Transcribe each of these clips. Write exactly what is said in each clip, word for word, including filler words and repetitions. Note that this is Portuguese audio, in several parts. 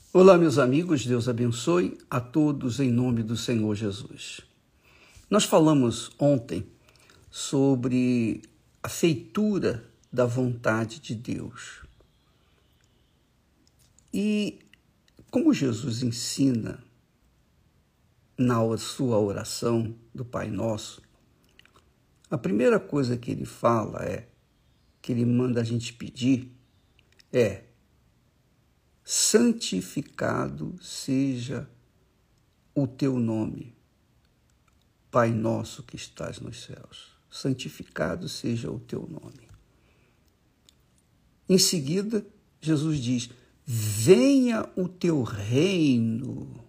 Olá, meus amigos, Deus abençoe a todos em nome do Senhor Jesus. Nós falamos ontem sobre a feitura da vontade de Deus. E como Jesus ensina na sua oração do Pai Nosso, a primeira coisa que ele fala é, que ele manda a gente pedir, é: santificado seja o teu nome, Pai nosso que estás nos céus. Santificado seja o teu nome. Em seguida, Jesus diz: venha o teu reino.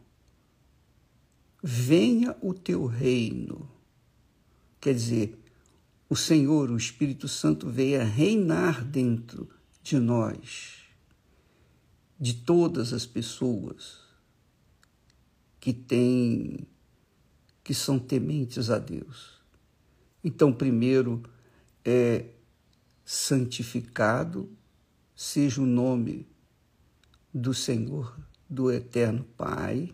Venha o teu reino. Quer dizer, o Senhor, o Espírito Santo, veio a reinar dentro de nós, de todas as pessoas que têm, que são tementes a Deus. Então, primeiro é santificado seja o nome do Senhor, do Eterno Pai.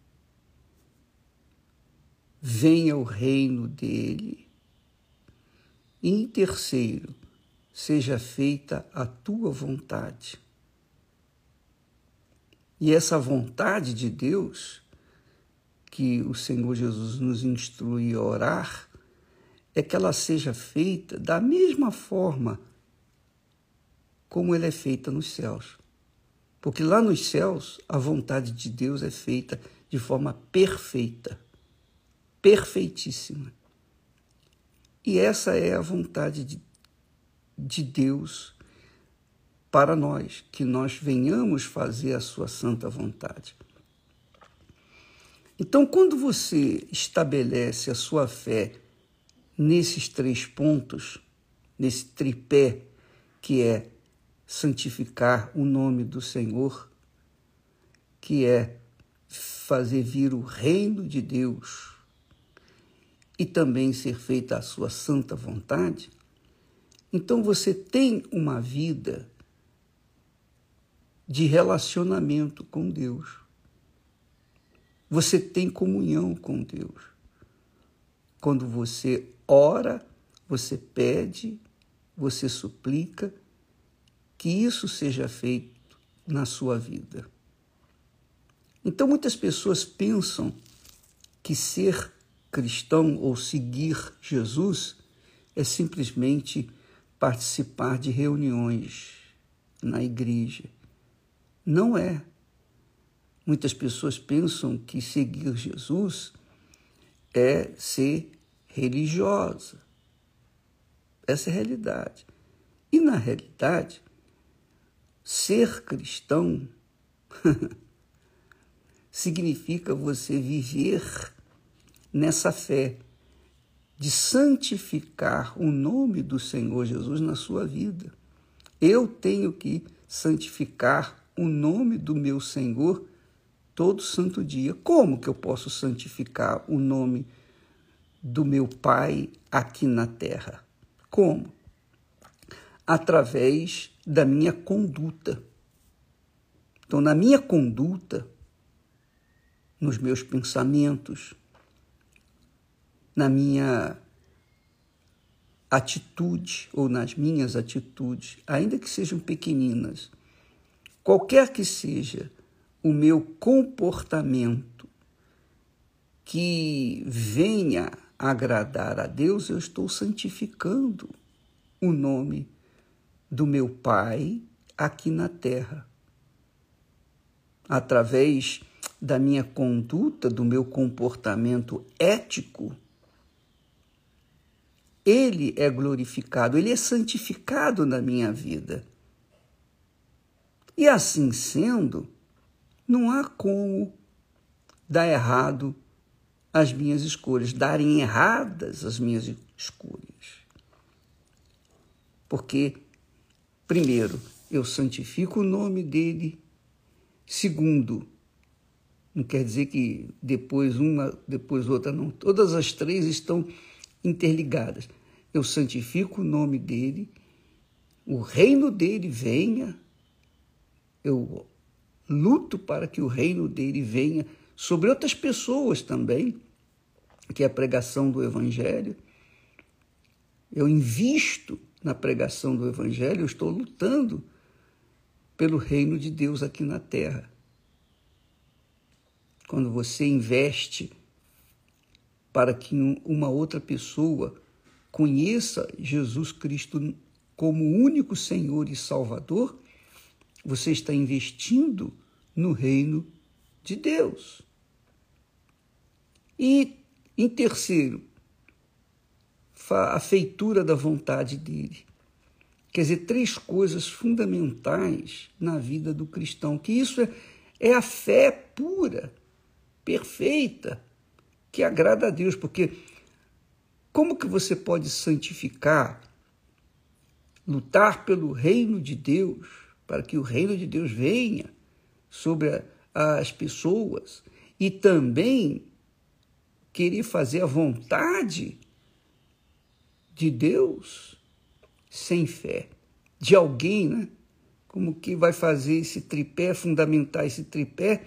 Venha o reino dele. E em terceiro, seja feita a tua vontade. E essa vontade de Deus, que o Senhor Jesus nos instrui a orar, é que ela seja feita da mesma forma como ela é feita nos céus. Porque lá nos céus, a vontade de Deus é feita de forma perfeita, perfeitíssima. E essa é a vontade de, de Deus para nós, que nós venhamos fazer a sua santa vontade. Então, quando você estabelece a sua fé nesses três pontos, nesse tripé que é santificar o nome do Senhor, que é fazer vir o reino de Deus e também ser feita a sua santa vontade, então você tem uma vida de relacionamento com Deus. Você tem comunhão com Deus. Quando você ora, você pede, você suplica que isso seja feito na sua vida. Então, muitas pessoas pensam que ser cristão ou seguir Jesus é simplesmente participar de reuniões na igreja. Não é. Muitas pessoas pensam que seguir Jesus é ser religiosa. Essa é a realidade. E, na realidade, ser cristão significa você viver nessa fé de santificar o nome do Senhor Jesus na sua vida. Eu tenho que santificar o nome do meu Senhor todo santo dia. Como que eu posso santificar o nome do meu Pai aqui na terra? Como? Através da minha conduta. Então, na minha conduta, nos meus pensamentos, na minha atitude ou nas minhas atitudes, ainda que sejam pequeninas, qualquer que seja o meu comportamento que venha agradar a Deus, eu estou santificando o nome do meu Pai aqui na terra. Através da minha conduta, do meu comportamento ético, Ele é glorificado, Ele é santificado na minha vida. E assim sendo, não há como dar errado as minhas escolhas, darem erradas as minhas escolhas. Porque, primeiro, eu santifico o nome dele. Segundo, não quer dizer que depois uma, depois outra, não. Todas as três estão interligadas. Eu santifico o nome dele, o reino dele venha, eu luto para que o reino dele venha sobre outras pessoas também, que é a pregação do Evangelho. Eu invisto na pregação do Evangelho, eu estou lutando pelo reino de Deus aqui na terra. Quando você investe para que uma outra pessoa conheça Jesus Cristo como único Senhor e Salvador, você está investindo no reino de Deus. E, em terceiro, a feitura da vontade dele. Quer dizer, três coisas fundamentais na vida do cristão, que isso é, é a fé pura, perfeita, que agrada a Deus, porque como que você pode santificar, lutar pelo reino de Deus, para que o reino de Deus venha sobre a, as pessoas e também querer fazer a vontade de Deus sem fé, de alguém, né? Como que vai fazer esse tripé, fundamentar esse tripé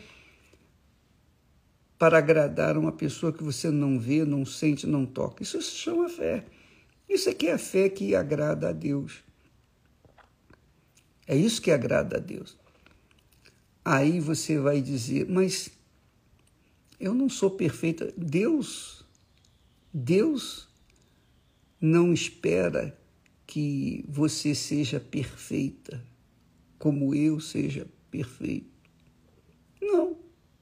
para agradar uma pessoa que você não vê, não sente, não toca? Isso se chama fé. Isso aqui é a fé que agrada a Deus. É isso que agrada a Deus. Aí você vai dizer, mas eu não sou perfeita. Deus, Deus não espera que você seja perfeita, como eu seja perfeito. Não.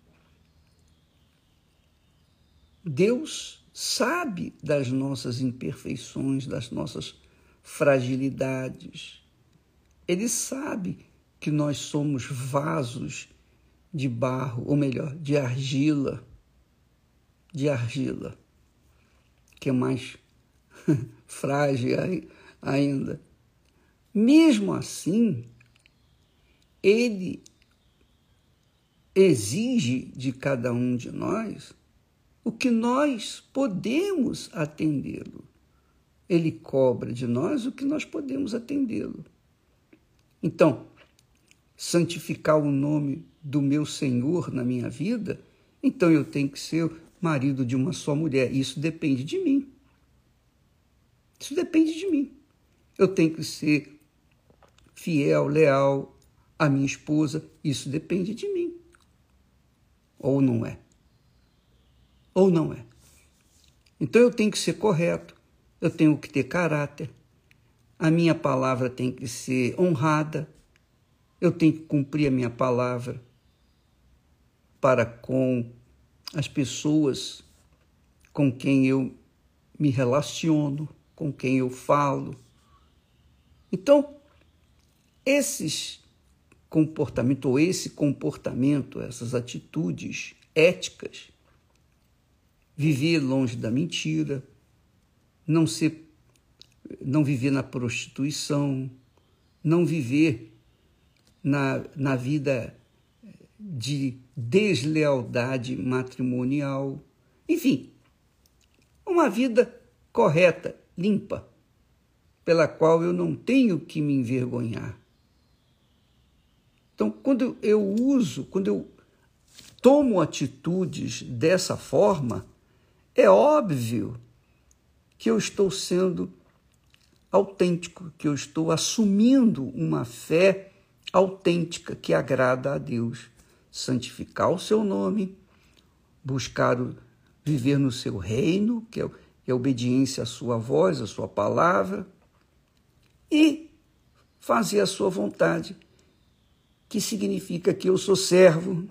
Deus sabe das nossas imperfeições, das nossas fragilidades. Ele sabe que nós somos vasos de barro, ou melhor, de argila, de argila, que é mais frágil ainda. Mesmo assim, ele exige de cada um de nós o que nós podemos atendê-lo. Ele cobra de nós o que nós podemos atendê-lo. Então, santificar o nome do meu Senhor na minha vida, então eu tenho que ser marido de uma só mulher. Isso depende de mim. Isso depende de mim. Eu tenho que ser fiel, leal à minha esposa. Isso depende de mim. Ou não é? Ou não é? Então eu tenho que ser correto. Eu tenho que ter caráter. A minha palavra tem que ser honrada. Eu tenho que cumprir a minha palavra para com as pessoas com quem eu me relaciono, com quem eu falo. Então, esses comportamentos, ou esse comportamento, essas atitudes éticas, viver longe da mentira, não ser, não viver na prostituição, não viver na, na vida de deslealdade matrimonial, enfim, uma vida correta, limpa, pela qual eu não tenho que me envergonhar. Então, quando eu uso, quando eu tomo atitudes dessa forma, é óbvio que eu estou sendo autêntico, que eu estou assumindo uma fé autêntica que agrada a Deus. Santificar o seu nome, buscar o, viver no seu reino, que é, que é a obediência à sua voz, à sua palavra, e fazer a sua vontade, que significa que eu sou servo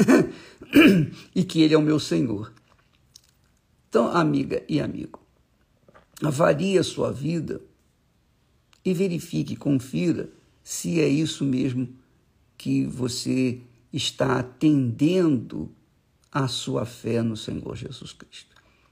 e que ele é o meu Senhor. Então, amiga e amigo, avalie a sua vida e verifique, confira se é isso mesmo que você está atendendo à sua fé no Senhor Jesus Cristo.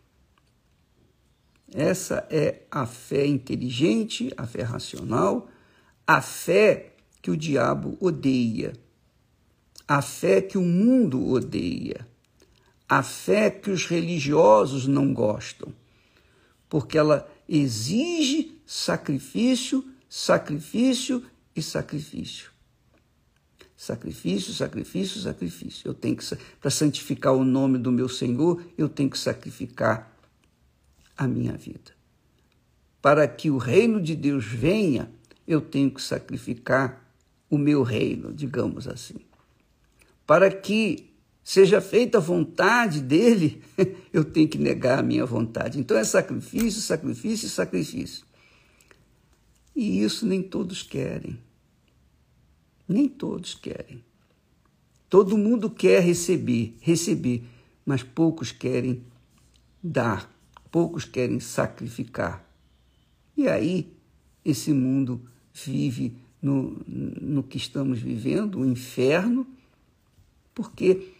Essa é a fé inteligente, a fé racional, a fé que o diabo odeia, a fé que o mundo odeia, a fé que os religiosos não gostam, porque ela exige sacrifício, sacrifício e sacrifício. Sacrifício, sacrifício, sacrifício. Eu tenho que, para santificar o nome do meu Senhor, eu tenho que sacrificar a minha vida. Para que o reino de Deus venha, eu tenho que sacrificar o meu reino, digamos assim. Para que seja feita a vontade dele, eu tenho que negar a minha vontade. Então é sacrifício, sacrifício, sacrifício. E isso nem todos querem. Nem todos querem. Todo mundo quer receber, receber, mas poucos querem dar, poucos querem sacrificar. E aí, esse mundo vive no, no que estamos vivendo, o inferno, porque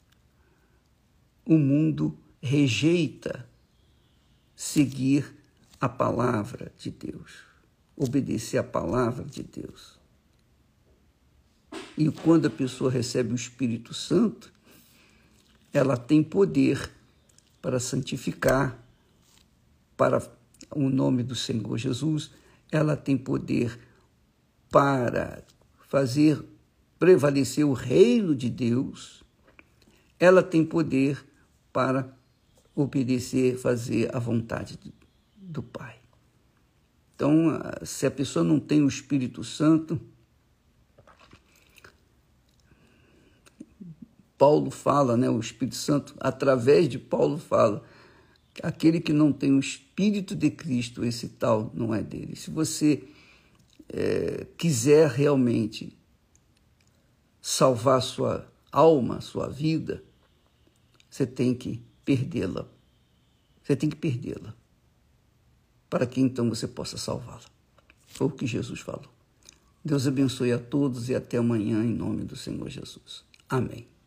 o mundo rejeita seguir a palavra de Deus, obedecer a palavra de Deus. E quando a pessoa recebe o Espírito Santo, ela tem poder para santificar, para o nome do Senhor Jesus, ela tem poder para fazer prevalecer o reino de Deus, ela tem poder para obedecer, fazer a vontade do Pai. Então, se a pessoa não tem o Espírito Santo, Paulo fala, né, o Espírito Santo, através de Paulo fala, aquele que não tem o Espírito de Cristo, esse tal não é dele. Se você é, quiser realmente salvar sua alma, sua vida, você tem que perdê-la. Você tem que perdê-la, para que então você possa salvá-la. Foi o que Jesus falou. Deus abençoe a todos e até amanhã, em nome do Senhor Jesus. Amém.